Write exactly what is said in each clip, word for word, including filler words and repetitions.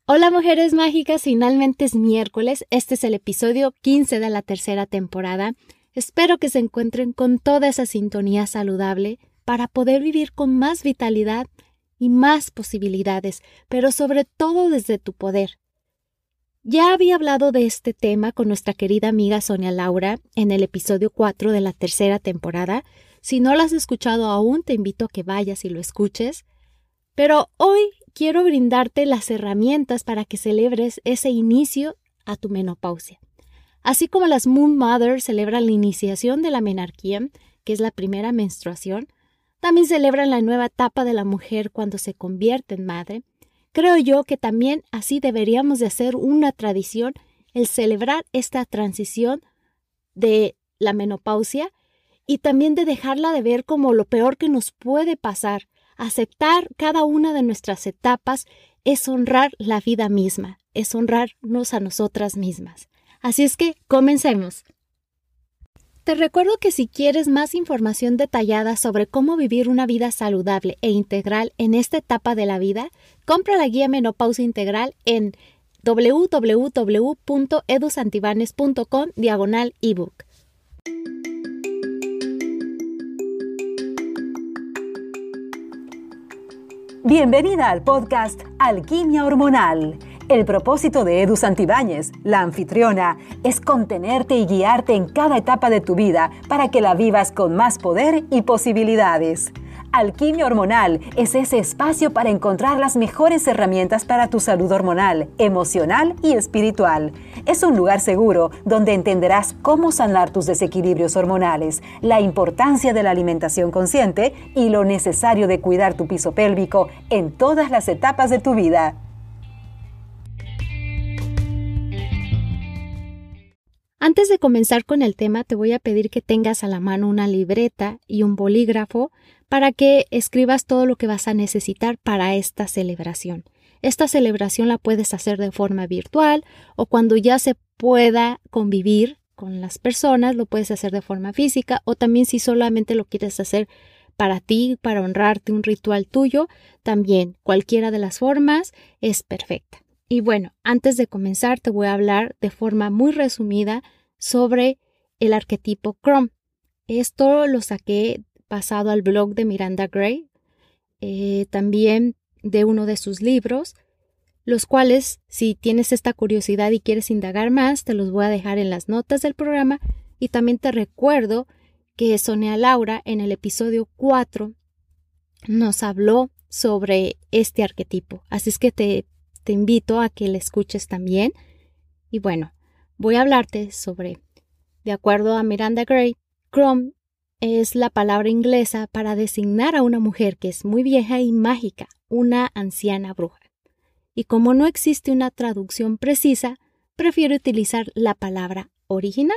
Hola mujeres mágicas, finalmente es miércoles, este es el episodio quince de la tercera temporada. Espero que se encuentren con toda esa sintonía saludable para poder vivir con más vitalidad y más posibilidades, pero sobre todo desde tu poder. Ya había hablado de este tema con nuestra querida amiga Sonia Laura en el episodio cuatro de la tercera temporada. Si no lo has escuchado aún, te invito a que vayas y lo escuches. Pero hoy quiero brindarte las herramientas para que celebres ese inicio a tu menopausia. Así como las Moon Mothers celebran la iniciación de la menarquía, que es la primera menstruación, también celebran la nueva etapa de la mujer cuando se convierte en madre. Creo yo que también así deberíamos de hacer una tradición el celebrar esta transición de la menopausia y también de dejarla de ver como lo peor que nos puede pasar. Aceptar cada una de nuestras etapas es honrar la vida misma, es honrarnos a nosotras mismas. Así es que comencemos. Te recuerdo que si quieres más información detallada sobre cómo vivir una vida saludable e integral en esta etapa de la vida, compra la guía Menopausia Integral en w w w punto edusantibanes punto com diagonal ebook. Bienvenida al podcast Alquimia Hormonal. El propósito de Edu Santibáñez, la anfitriona, es contenerte y guiarte en cada etapa de tu vida para que la vivas con más poder y posibilidades. Alquimia Hormonal es ese espacio para encontrar las mejores herramientas para tu salud hormonal, emocional y espiritual. Es un lugar seguro donde entenderás cómo sanar tus desequilibrios hormonales, la importancia de la alimentación consciente y lo necesario de cuidar tu piso pélvico en todas las etapas de tu vida. Antes de comenzar con el tema, te voy a pedir que tengas a la mano una libreta y un bolígrafo para que escribas todo lo que vas a necesitar para esta celebración. Esta celebración la puedes hacer de forma virtual o cuando ya se pueda convivir con las personas, lo puedes hacer de forma física o también si solamente lo quieres hacer para ti, para honrarte, un ritual tuyo, también cualquiera de las formas es perfecta. Y bueno, antes de comenzar te voy a hablar de forma muy resumida sobre el arquetipo Crom. Esto lo saqué pasado al blog de Miranda Gray, eh, también de uno de sus libros, los cuales, si tienes esta curiosidad y quieres indagar más, te los voy a dejar en las notas del programa. Y también te recuerdo que Sonia Laura en el episodio cuatro nos habló sobre este arquetipo. Así es que te, te invito a que le escuches también. Y bueno, voy a hablarte sobre, de acuerdo a Miranda Gray, Crom es la palabra inglesa para designar a una mujer que es muy vieja y mágica, una anciana bruja. Y como no existe una traducción precisa, prefiero utilizar la palabra original.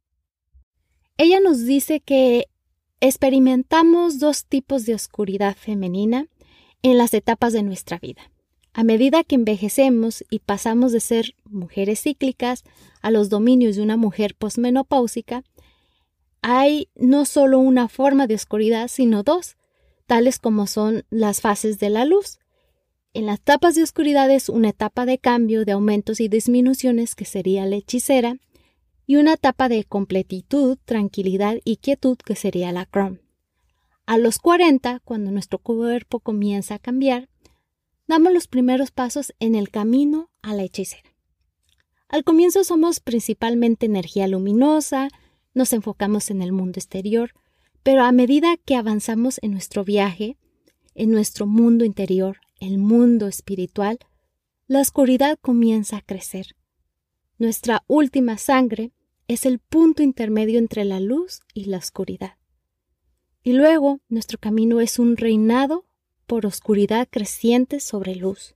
Ella nos dice que experimentamos dos tipos de oscuridad femenina en las etapas de nuestra vida. A medida que envejecemos y pasamos de ser mujeres cíclicas a los dominios de una mujer posmenopáusica, hay no solo una forma de oscuridad, sino dos, tales como son las fases de la luz. En las etapas de oscuridad es una etapa de cambio, de aumentos y disminuciones, que sería la hechicera, y una etapa de completitud, tranquilidad y quietud, que sería la Crom. A los cuarenta, cuando nuestro cuerpo comienza a cambiar, damos los primeros pasos en el camino a la hechicera. Al comienzo somos principalmente energía luminosa, nos enfocamos en el mundo exterior, pero a medida que avanzamos en nuestro viaje, en nuestro mundo interior, el mundo espiritual, la oscuridad comienza a crecer. Nuestra última sangre es el punto intermedio entre la luz y la oscuridad. Y luego nuestro camino es un reinado por oscuridad creciente sobre luz.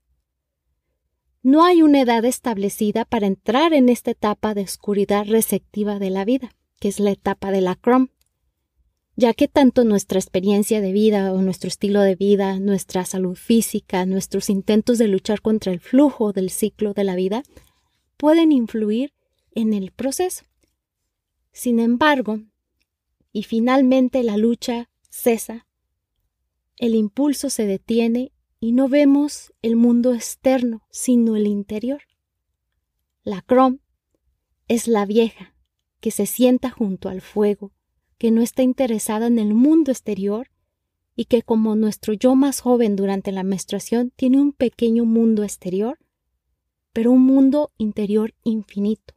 No hay una edad establecida para entrar en esta etapa de oscuridad receptiva de la vida, que es la etapa de la Crom, ya que tanto nuestra experiencia de vida o nuestro estilo de vida, nuestra salud física, nuestros intentos de luchar contra el flujo del ciclo de la vida, pueden influir en el proceso. Sin embargo, y finalmente la lucha cesa, el impulso se detiene y no vemos el mundo externo, sino el interior. La Crom es la vieja que se sienta junto al fuego, que no está interesada en el mundo exterior y que, como nuestro yo más joven durante la menstruación, tiene un pequeño mundo exterior, pero un mundo interior infinito.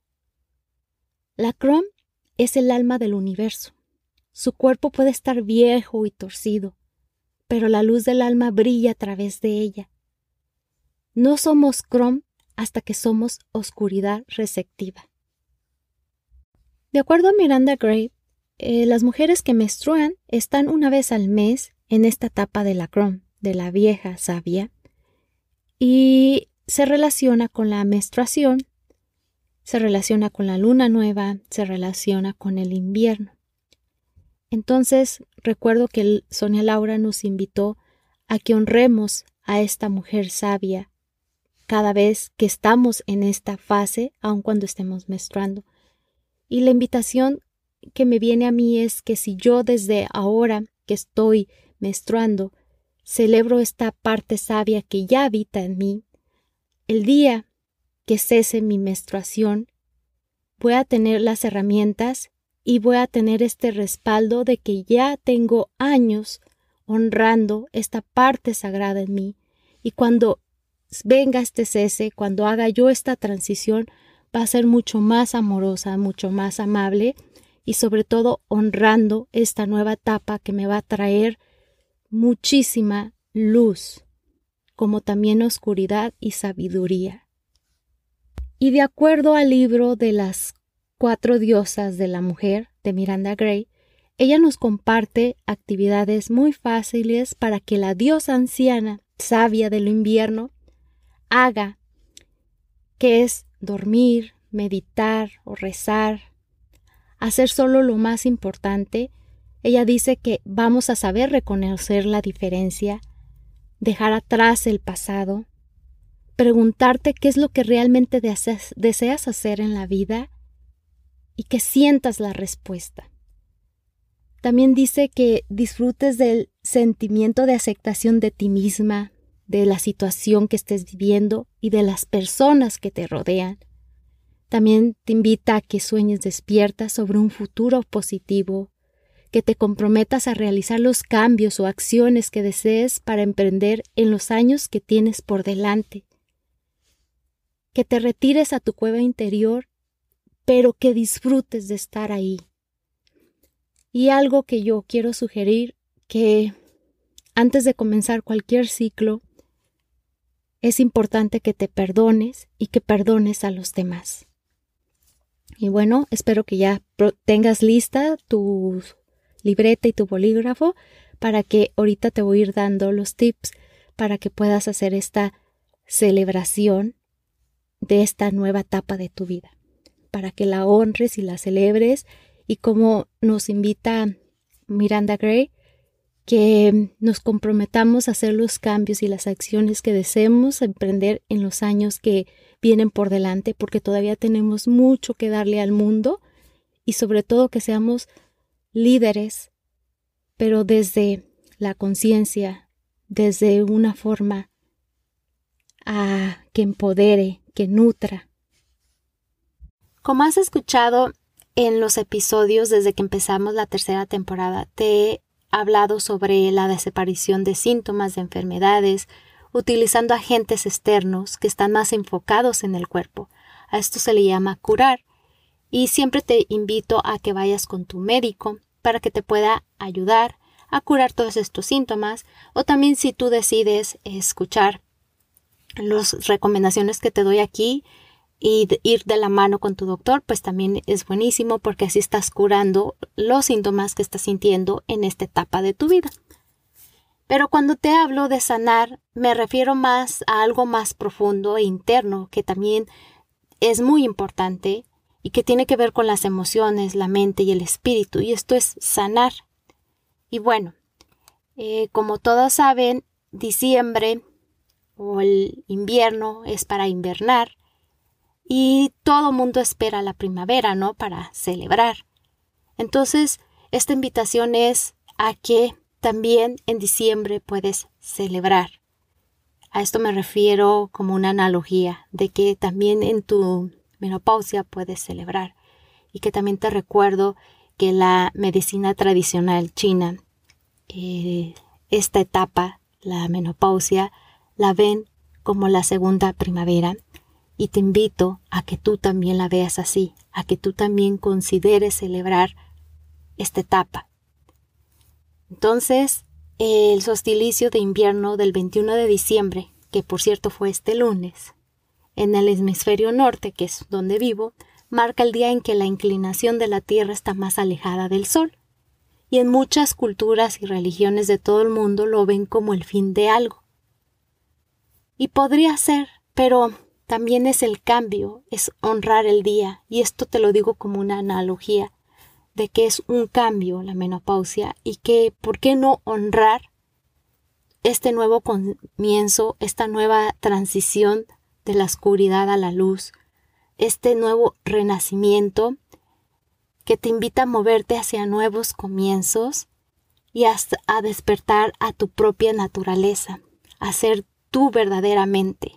La Crom es el alma del universo. Su cuerpo puede estar viejo y torcido, pero la luz del alma brilla a través de ella. No somos Crom hasta que somos oscuridad receptiva. De acuerdo a Miranda Gray, eh, las mujeres que menstruan están una vez al mes en esta etapa de la Crom, de la vieja sabia, y se relaciona con la menstruación, se relaciona con la luna nueva, se relaciona con el invierno. Entonces, recuerdo que Sonia Laura nos invitó a que honremos a esta mujer sabia cada vez que estamos en esta fase, aun cuando estemos menstruando. Y la invitación que me viene a mí es que si yo desde ahora que estoy menstruando celebro esta parte sabia que ya habita en mí, el día que cese mi menstruación voy a tener las herramientas y voy a tener este respaldo de que ya tengo años honrando esta parte sagrada en mí. Y cuando venga este cese, cuando haga yo esta transición, va a ser mucho más amorosa, mucho más amable y sobre todo honrando esta nueva etapa que me va a traer muchísima luz, como también oscuridad y sabiduría. Y de acuerdo al libro de las Cuatro diosas de la mujer de Miranda Gray, ella nos comparte actividades muy fáciles para que la diosa anciana, sabia del invierno, haga, que es dormir, meditar o rezar, hacer solo lo más importante. Ella dice que vamos a saber reconocer la diferencia, dejar atrás el pasado, preguntarte qué es lo que realmente deseas, deseas hacer en la vida y que sientas la respuesta. También dice que disfrutes del sentimiento de aceptación de ti misma, de la situación que estés viviendo y de las personas que te rodean. También te invita a que sueñes despierta sobre un futuro positivo, que te comprometas a realizar los cambios o acciones que desees para emprender en los años que tienes por delante, que te retires a tu cueva interior, pero que disfrutes de estar ahí. Y algo que yo quiero sugerir, que antes de comenzar cualquier ciclo, es importante que te perdones y que perdones a los demás. Y bueno, espero que ya tengas lista tu libreta y tu bolígrafo para que ahorita te voy a ir dando los tips para que puedas hacer esta celebración de esta nueva etapa de tu vida, para que la honres y la celebres, y como nos invita Miranda Gray, que nos comprometamos a hacer los cambios y las acciones que deseemos emprender en los años que vienen por delante, porque todavía tenemos mucho que darle al mundo y sobre todo que seamos líderes, pero desde la conciencia, desde una forma a que empodere, que nutra. Como has escuchado en los episodios desde que empezamos la tercera temporada, te he hablado sobre la desaparición de síntomas de enfermedades, utilizando agentes externos que están más enfocados en el cuerpo. A esto se le llama curar. Y siempre te invito a que vayas con tu médico para que te pueda ayudar a curar todos estos síntomas, o también si tú decides escuchar las recomendaciones que te doy aquí y de ir de la mano con tu doctor, pues también es buenísimo porque así estás curando los síntomas que estás sintiendo en esta etapa de tu vida. Pero cuando te hablo de sanar, me refiero más a algo más profundo e interno que también es muy importante y que tiene que ver con las emociones, la mente y el espíritu, y esto es sanar. Y bueno, eh, como todos saben, diciembre o el invierno es para invernar y todo mundo espera la primavera, ¿no? Para celebrar. Entonces, esta invitación es a que también en diciembre puedes celebrar. A esto me refiero como una analogía de que también en tu menopausia puedes celebrar, y que también te recuerdo que la medicina tradicional china, eh, esta etapa, la menopausia, la ven como la segunda primavera, y te invito a que tú también la veas así, a que tú también consideres celebrar esta etapa. Entonces, el solsticio de invierno del veintiuno de diciembre, que por cierto fue este lunes, en el hemisferio norte, que es donde vivo, marca el día en que la inclinación de la Tierra está más alejada del Sol. Y en muchas culturas y religiones de todo el mundo lo ven como el fin de algo. Y podría ser, pero también es el cambio, es honrar el día. Y esto te lo digo como una analogía de que es un cambio la menopausia, y que ¿por qué no honrar este nuevo comienzo, esta nueva transición de la oscuridad a la luz, este nuevo renacimiento que te invita a moverte hacia nuevos comienzos y hasta a despertar a tu propia naturaleza, a ser tú verdaderamente?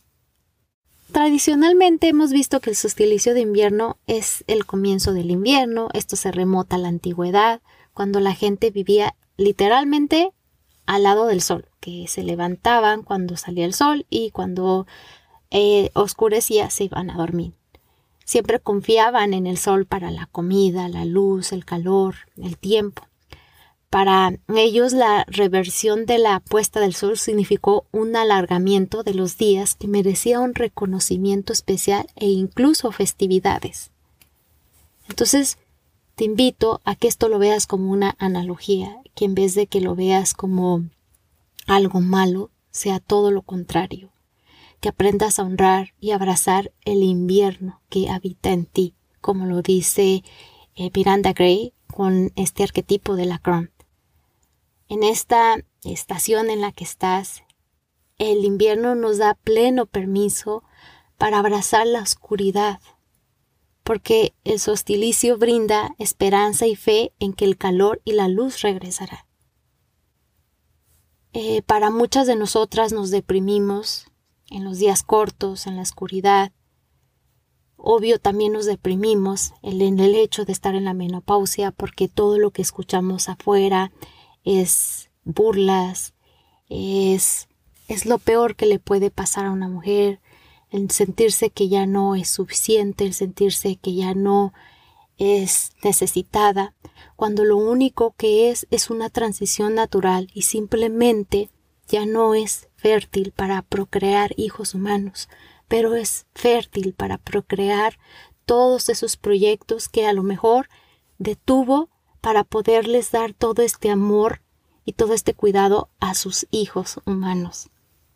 Tradicionalmente hemos visto que el solsticio de invierno es el comienzo del invierno. Esto se remota a la antigüedad, cuando la gente vivía literalmente al lado del sol, que se levantaban cuando salía el sol y cuando eh, oscurecía se iban a dormir. Siempre confiaban en el sol para la comida, la luz, el calor, el tiempo. Para ellos la reversión de la puesta del sol significó un alargamiento de los días que merecía un reconocimiento especial e incluso festividades. Entonces, te invito a que esto lo veas como una analogía, que en vez de que lo veas como algo malo, sea todo lo contrario. Que aprendas a honrar y abrazar el invierno que habita en ti, como lo dice eh, Miranda Gray con este arquetipo de Lacan. En esta estación en la que estás, el invierno nos da pleno permiso para abrazar la oscuridad, porque el solsticio brinda esperanza y fe en que el calor y la luz regresarán. Eh, para muchas de nosotras nos deprimimos en los días cortos, en la oscuridad. Obvio, también nos deprimimos en el hecho de estar en la menopausia, porque todo lo que escuchamos afuera es burlas, es, es lo peor que le puede pasar a una mujer, el sentirse que ya no es suficiente, el sentirse que ya no es necesitada, cuando lo único que es es una transición natural y simplemente ya no es fértil para procrear hijos humanos, pero es fértil para procrear todos esos proyectos que a lo mejor detuvo para poderles dar todo este amor y todo este cuidado a sus hijos humanos.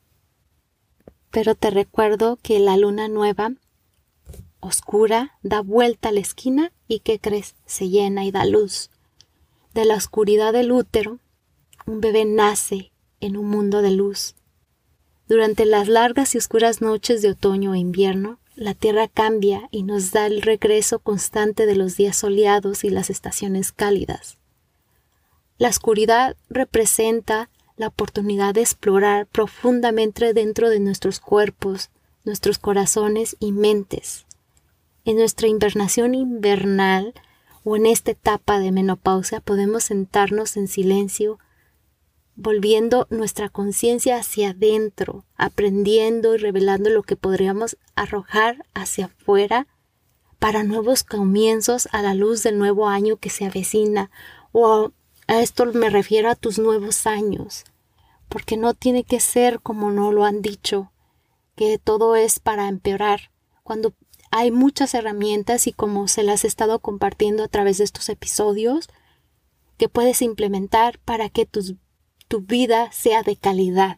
Pero te recuerdo que la luna nueva, oscura, da vuelta a la esquina y ¿qué crees? Se llena y da luz. De la oscuridad del útero, un bebé nace en un mundo de luz. Durante las largas y oscuras noches de otoño e invierno, la tierra cambia y nos da el regreso constante de los días soleados y las estaciones cálidas. La oscuridad representa la oportunidad de explorar profundamente dentro de nuestros cuerpos, nuestros corazones y mentes. En nuestra invernación invernal o en esta etapa de menopausia podemos sentarnos en silencio, volviendo nuestra conciencia hacia adentro, aprendiendo y revelando lo que podríamos arrojar hacia afuera para nuevos comienzos a la luz del nuevo año que se avecina. O a esto me refiero a tus nuevos años, porque no tiene que ser como nos lo han dicho, que todo es para empeorar, cuando hay muchas herramientas y como se las he estado compartiendo a través de estos episodios, que puedes implementar para que tus tu vida sea de calidad.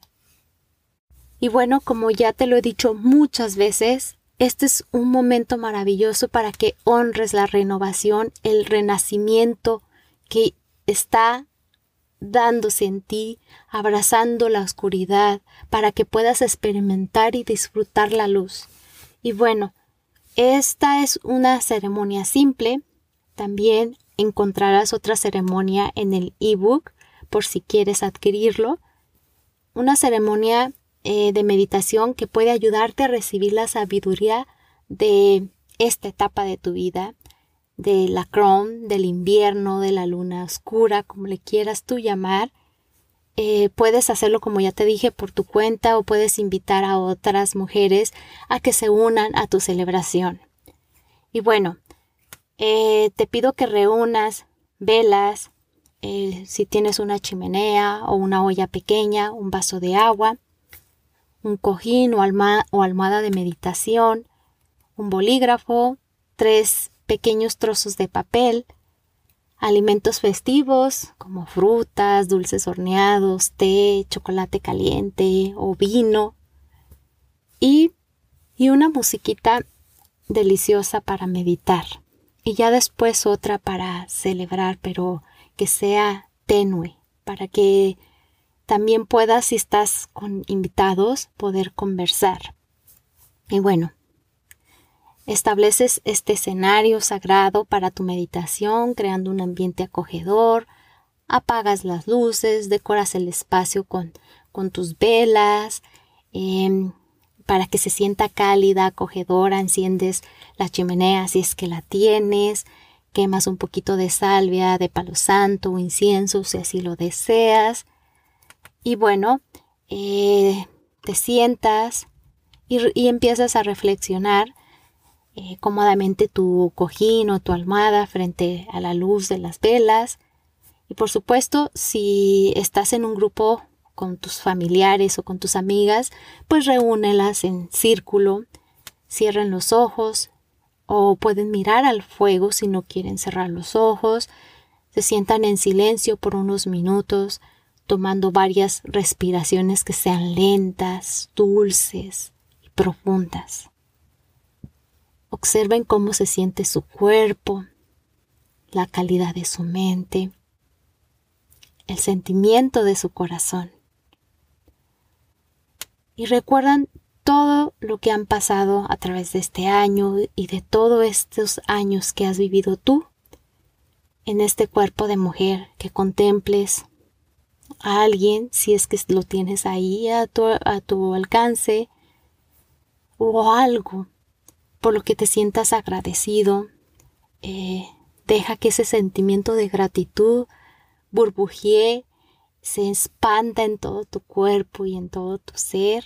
Y bueno, como ya te lo he dicho muchas veces, este es un momento maravilloso para que honres la renovación, el renacimiento que está dándose en ti, abrazando la oscuridad, para que puedas experimentar y disfrutar la luz. Y bueno, esta es una ceremonia simple. También encontrarás otra ceremonia en el ebook por si quieres adquirirlo. Una ceremonia eh, de meditación que puede ayudarte a recibir la sabiduría de esta etapa de tu vida, de la Crone, del invierno, de la luna oscura, como le quieras tú llamar. Eh, puedes hacerlo, como ya te dije, por tu cuenta, o puedes invitar a otras mujeres a que se unan a tu celebración. Y bueno, eh, te pido que reúnas velas, eh, si tienes una chimenea o una olla pequeña, un vaso de agua, un cojín o, alma, o almohada de meditación, un bolígrafo, tres pequeños trozos de papel, alimentos festivos como frutas, dulces horneados, té, chocolate caliente o vino y, y una musiquita deliciosa para meditar. Y ya después otra para celebrar, pero que sea tenue, para que también puedas, si estás con invitados, poder conversar. Y bueno, estableces este escenario sagrado para tu meditación, creando un ambiente acogedor, apagas las luces, decoras el espacio con, con tus velas, eh, para que se sienta cálida, acogedora, enciendes la chimenea si es que la tienes, quemas un poquito de salvia, de palo santo o incienso si así lo deseas. Y bueno, eh, te sientas y, y empiezas a reflexionar eh, cómodamente tu cojín o tu almohada frente a la luz de las velas. Y por supuesto, si estás en un grupo con tus familiares o con tus amigas, pues reúnelas en círculo, cierren los ojos o pueden mirar al fuego si no quieren cerrar los ojos, se sientan en silencio por unos minutos, tomando varias respiraciones que sean lentas, dulces y profundas. Observen cómo se siente su cuerpo, la calidad de su mente, el sentimiento de su corazón. Y recuerdan todo lo que han pasado a través de este año y de todos estos años que has vivido tú en este cuerpo de mujer, que contemples a alguien, si es que lo tienes ahí a tu, a tu alcance, o algo por lo que te sientas agradecido. Eh, deja que ese sentimiento de gratitud burbujee, se expanda en todo tu cuerpo y en todo tu ser.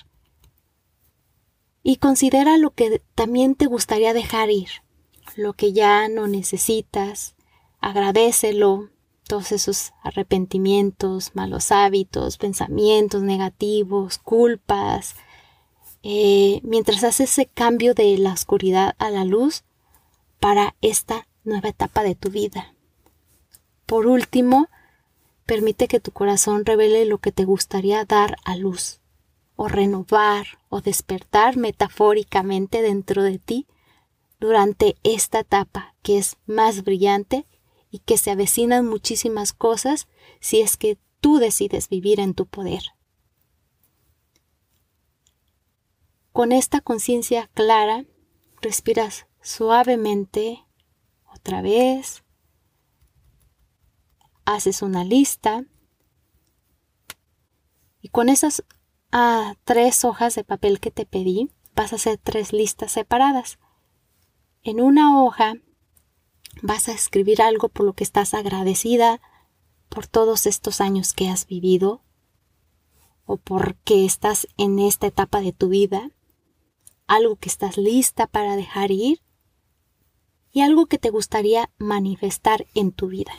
Y considera lo que también te gustaría dejar ir, lo que ya no necesitas. Agradécelo, todos esos arrepentimientos, malos hábitos, pensamientos negativos, culpas. Eh, mientras haces ese cambio de la oscuridad a la luz para esta nueva etapa de tu vida. Por último, permite que tu corazón revele lo que te gustaría dar a luz, o renovar, o despertar metafóricamente dentro de ti durante esta etapa que es más brillante y que se avecinan muchísimas cosas si es que tú decides vivir en tu poder. Con esta conciencia clara, respiras suavemente otra vez. Haces una lista y con esas ah, tres hojas de papel que te pedí, vas a hacer tres listas separadas. En una hoja vas a escribir algo por lo que estás agradecida por todos estos años que has vivido o porque estás en esta etapa de tu vida, algo que estás lista para dejar ir y algo que te gustaría manifestar en tu vida.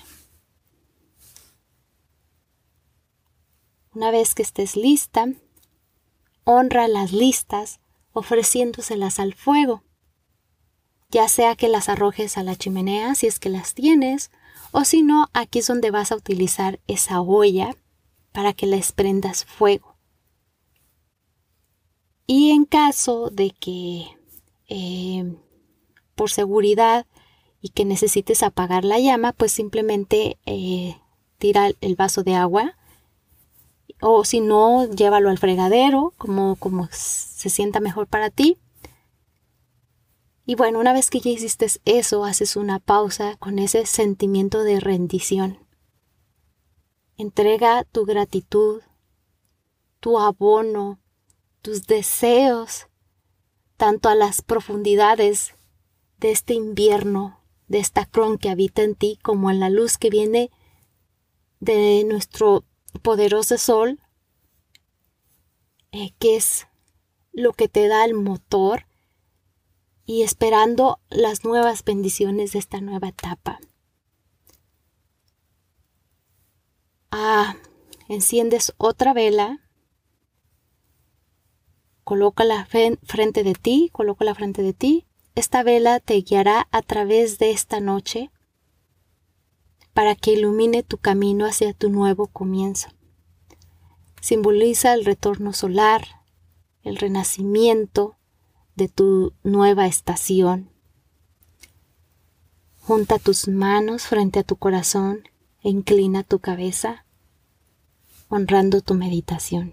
Una vez que estés lista, honra las listas ofreciéndoselas al fuego, ya sea que las arrojes a la chimenea si es que las tienes, o si no, aquí es donde vas a utilizar esa olla para que les prendas fuego. Y en caso de que eh, por seguridad y que necesites apagar la llama, pues simplemente eh, tira el vaso de agua. O si no, llévalo al fregadero, como, como se sienta mejor para ti. Y bueno, una vez que ya hiciste eso, haces una pausa con ese sentimiento de rendición. Entrega tu gratitud, tu abono tus deseos, tanto a las profundidades de este invierno, de esta Cron que habita en ti, como en la luz que viene de nuestro poderoso sol, eh, que es lo que te da el motor, y esperando las nuevas bendiciones de esta nueva etapa. Ah, enciendes otra vela, colócala frente de ti, colócala frente de ti. Esta vela te guiará a través de esta noche para que ilumine tu camino hacia tu nuevo comienzo. Simboliza el retorno solar, el renacimiento de tu nueva estación. Junta tus manos frente a tu corazón e inclina tu cabeza, honrando tu meditación.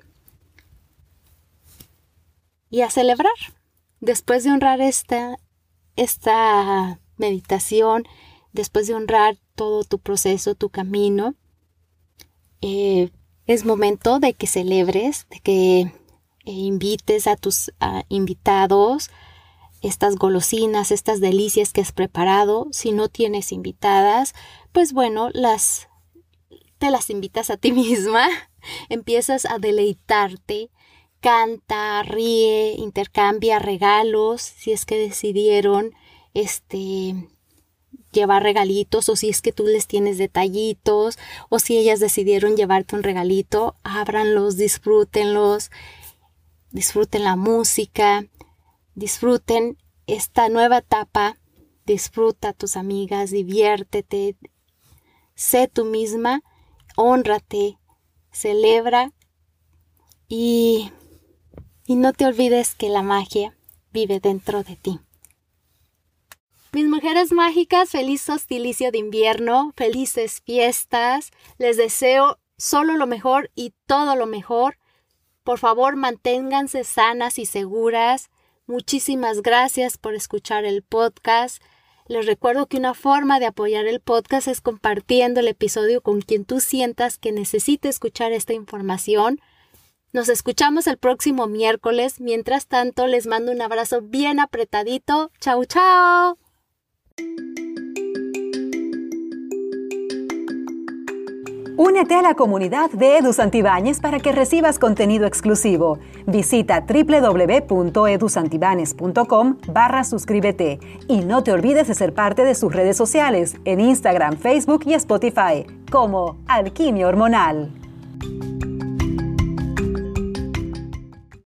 Y a celebrar. Después de honrar esta, esta meditación, después de honrar todo tu proceso, tu camino, eh, es momento de que celebres, de que eh, invites a tus uh, invitados, estas golosinas, estas delicias que has preparado. Si no tienes invitadas, pues bueno, las, te las invitas a ti misma. Empiezas a deleitarte, canta, ríe, intercambia regalos, si es que decidieron este, llevar regalitos, o si es que tú les tienes detallitos, o si ellas decidieron llevarte un regalito, ábranlos, disfrútenlos, disfruten la música, disfruten esta nueva etapa, disfruta a tus amigas, diviértete, sé tú misma, hónrate, celebra y, y no te olvides que la magia vive dentro de ti. Mis mujeres mágicas, feliz solsticio de invierno, felices fiestas, les deseo solo lo mejor y todo lo mejor. Por favor, manténganse sanas y seguras. Muchísimas gracias por escuchar el podcast. Les recuerdo que una forma de apoyar el podcast es compartiendo el episodio con quien tú sientas que necesite escuchar esta información. Nos escuchamos el próximo miércoles. Mientras tanto, les mando un abrazo bien apretadito. ¡Chao, chao! Únete a la comunidad de Edu Santibáñez para que recibas contenido exclusivo. Visita doble u doble u doble u punto edu santibáñez punto com barra suscríbete y no te olvides de ser parte de sus redes sociales en Instagram, Facebook y Spotify como Alquimia Hormonal.